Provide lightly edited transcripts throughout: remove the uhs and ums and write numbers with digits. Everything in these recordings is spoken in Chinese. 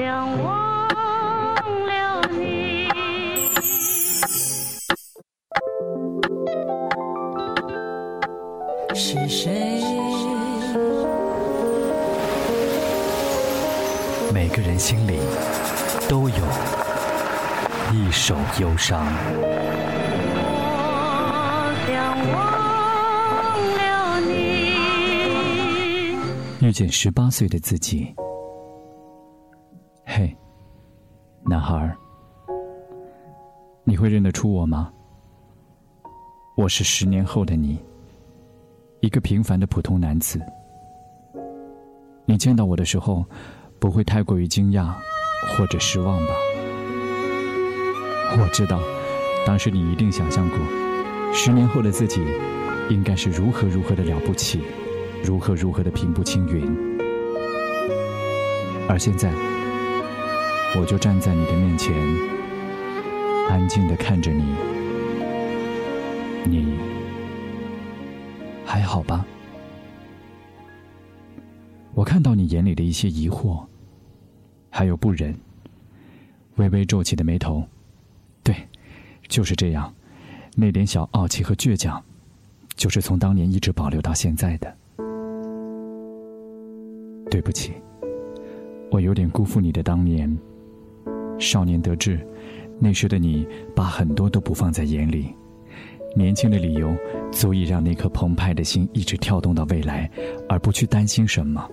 两忘了你。 是谁？ 每个人心里都有一首忧伤。 我想忘了你。 遇见18岁的自己。嘿，男孩，你会认得出我吗？我是10年后的你，一个平凡的普通男子。你见到我的时候，不会太过于惊讶或者失望吧？我知道，当时你一定想象过，10年后的自己应该是如何的了不起，如何的平步青云。而现在，我就站在你的面前，安静地看着你。你还好吧？我看到你眼里的一些疑惑，还有不忍，微微皱起的眉头。对，就是这样，那点小傲气和倔强，就是从当年一直保留到现在的。对不起，我有点辜负你的当年。少年得志，那时的你把很多都不放在眼里，年轻的理由足以让那颗澎湃的心一直跳动到未来，而不去担心什么。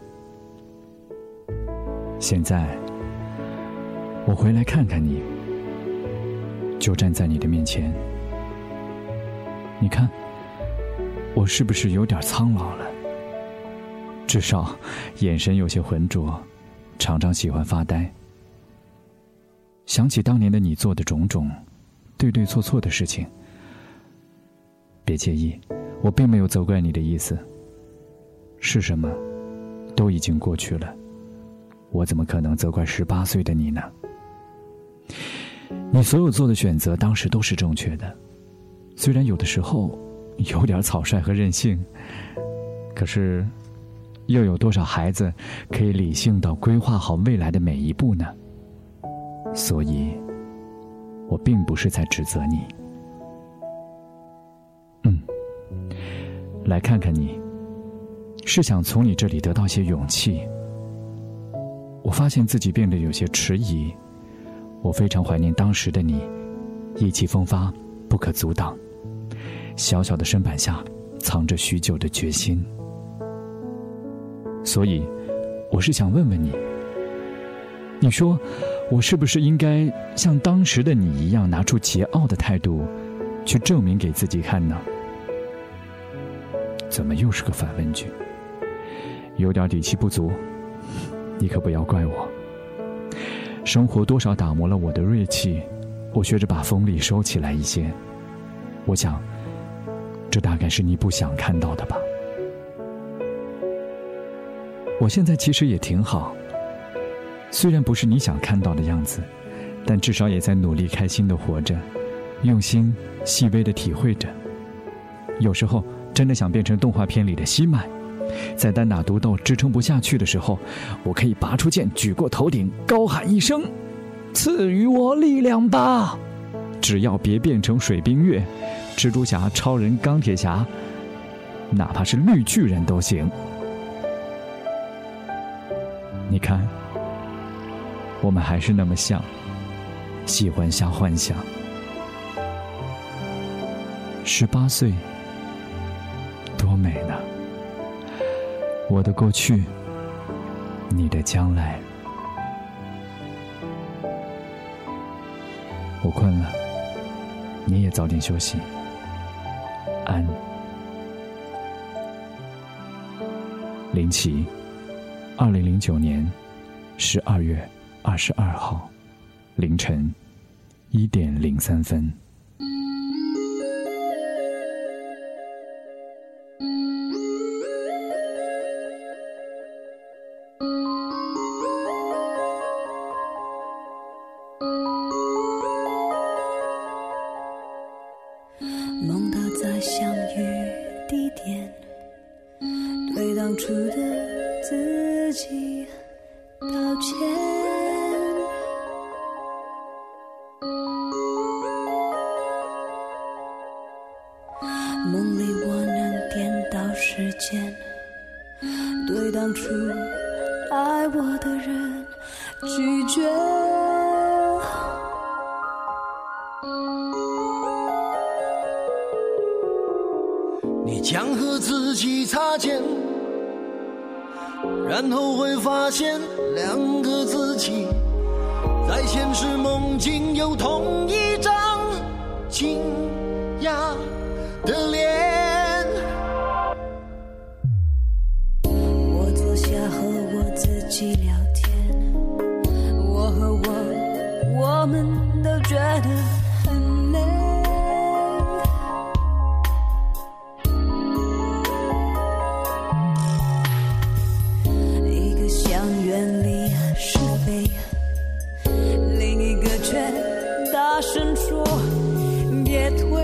现在我回来看看你，就站在你的面前。你看我是不是有点苍老了？至少眼神有些浑浊，常常喜欢发呆。想起当年的你做的种种对对错错的事情，别介意，我并没有责怪你的意思。是什么都已经过去了，我怎么可能责怪18岁的你呢？你所有做的选择当时都是正确的，虽然有的时候有点草率和任性，可是又有多少孩子可以理性到规划好未来的每一步呢？所以我并不是在指责你。来看看你，是想从你这里得到些勇气。我发现自己变得有些迟疑，我非常怀念当时的你，意气风发，不可阻挡，小小的身板下藏着许久的决心。所以我是想问问你，你说我是不是应该像当时的你一样，拿出桀骜的态度去证明给自己看呢？怎么又是个反问句？有点底气不足，你可不要怪我。生活多少打磨了我的锐气，我学着把锋利收起来一些。我想这大概是你不想看到的吧。我现在其实也挺好，虽然不是你想看到的样子，但至少也在努力开心的活着，用心细微的体会着。有时候真的想变成动画片里的希麦，在单打独斗支撑不下去的时候，我可以拔出剑，举过头顶，高喊一声：赐予我力量吧！只要别变成水冰月、蜘蛛侠、超人、钢铁侠，哪怕是绿巨人都行。你看，我们还是那么像，喜欢瞎幻想。18岁多美呢，我的过去，你的将来。我困了，你也早点休息，安。林奇，2009年12月22号凌晨1点03分。 梦到在相遇地点，对当初的自己道歉。 对当初爱我的人拒绝。 你将和自己擦肩，然后会发现两个自己在现实梦境有同一张惊讶的脸。 我坐下和我自己聊天，我和我们都觉得很累。一个想远离是非，另一个却大声说别退。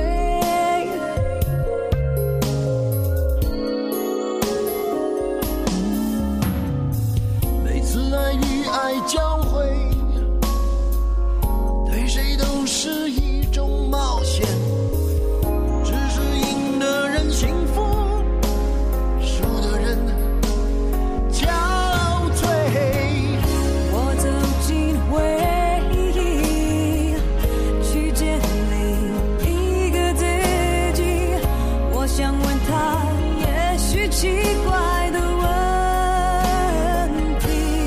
每次爱与爱交汇，对谁都是一种冒险，只是赢的人幸福，输的人憔悴。 我走进回忆，去见另一个自己。我想问他，也许奇怪的问题。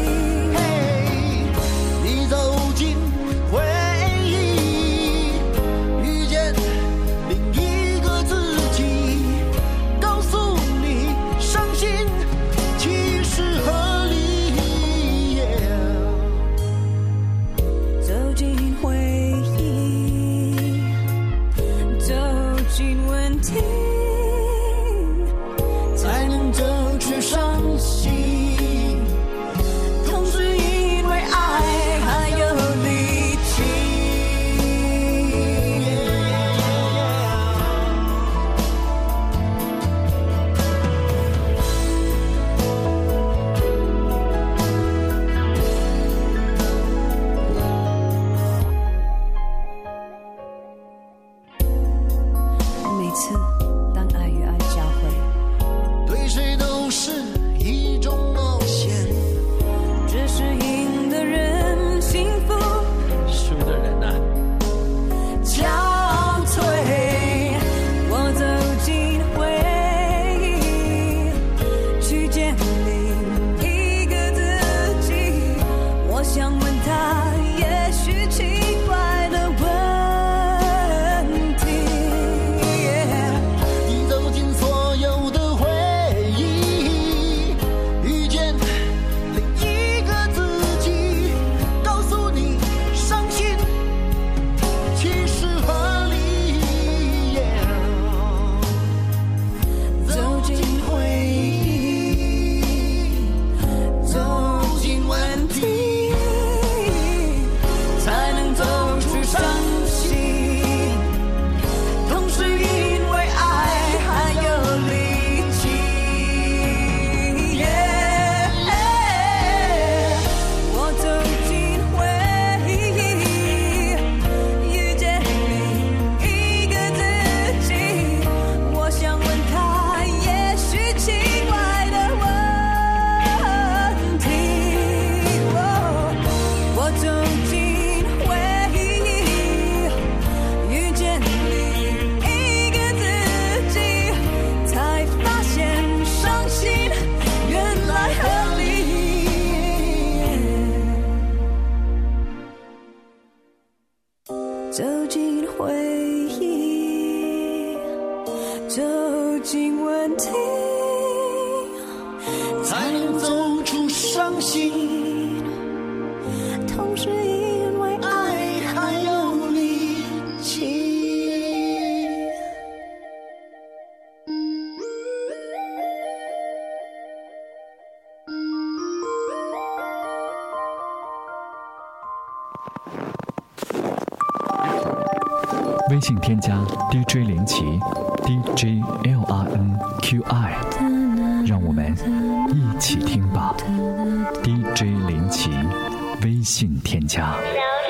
你走进回忆，遇见另一个自己，告诉你伤心其实合理。 走进回忆，走进问题， 才能走出伤心， 同时因为爱还有力气。每次当爱与爱交汇， 对谁都是一种冒险， 只是赢的人幸福， 输的人啊， 憔悴。我走进回忆，去见另一个自己。我想问他，也许奇怪的问题。 你走进所有的回忆，遇见另一个自己，告诉你伤心其实合理。 走进回忆，走进问题，才能走出伤心，同时因为爱还有力气。我走进回忆，遇见另一个自己。我想问他，也许奇怪的问题。我走进回忆，遇见另一个自己，才发现伤心原来合理。走进回忆，走进问题， 才能走出伤心， 同时因为爱爱还有力气。 微信添加 DJ 林奇 DJLRNQI， 让我们一起听吧。DJ 林奇微信添加。 小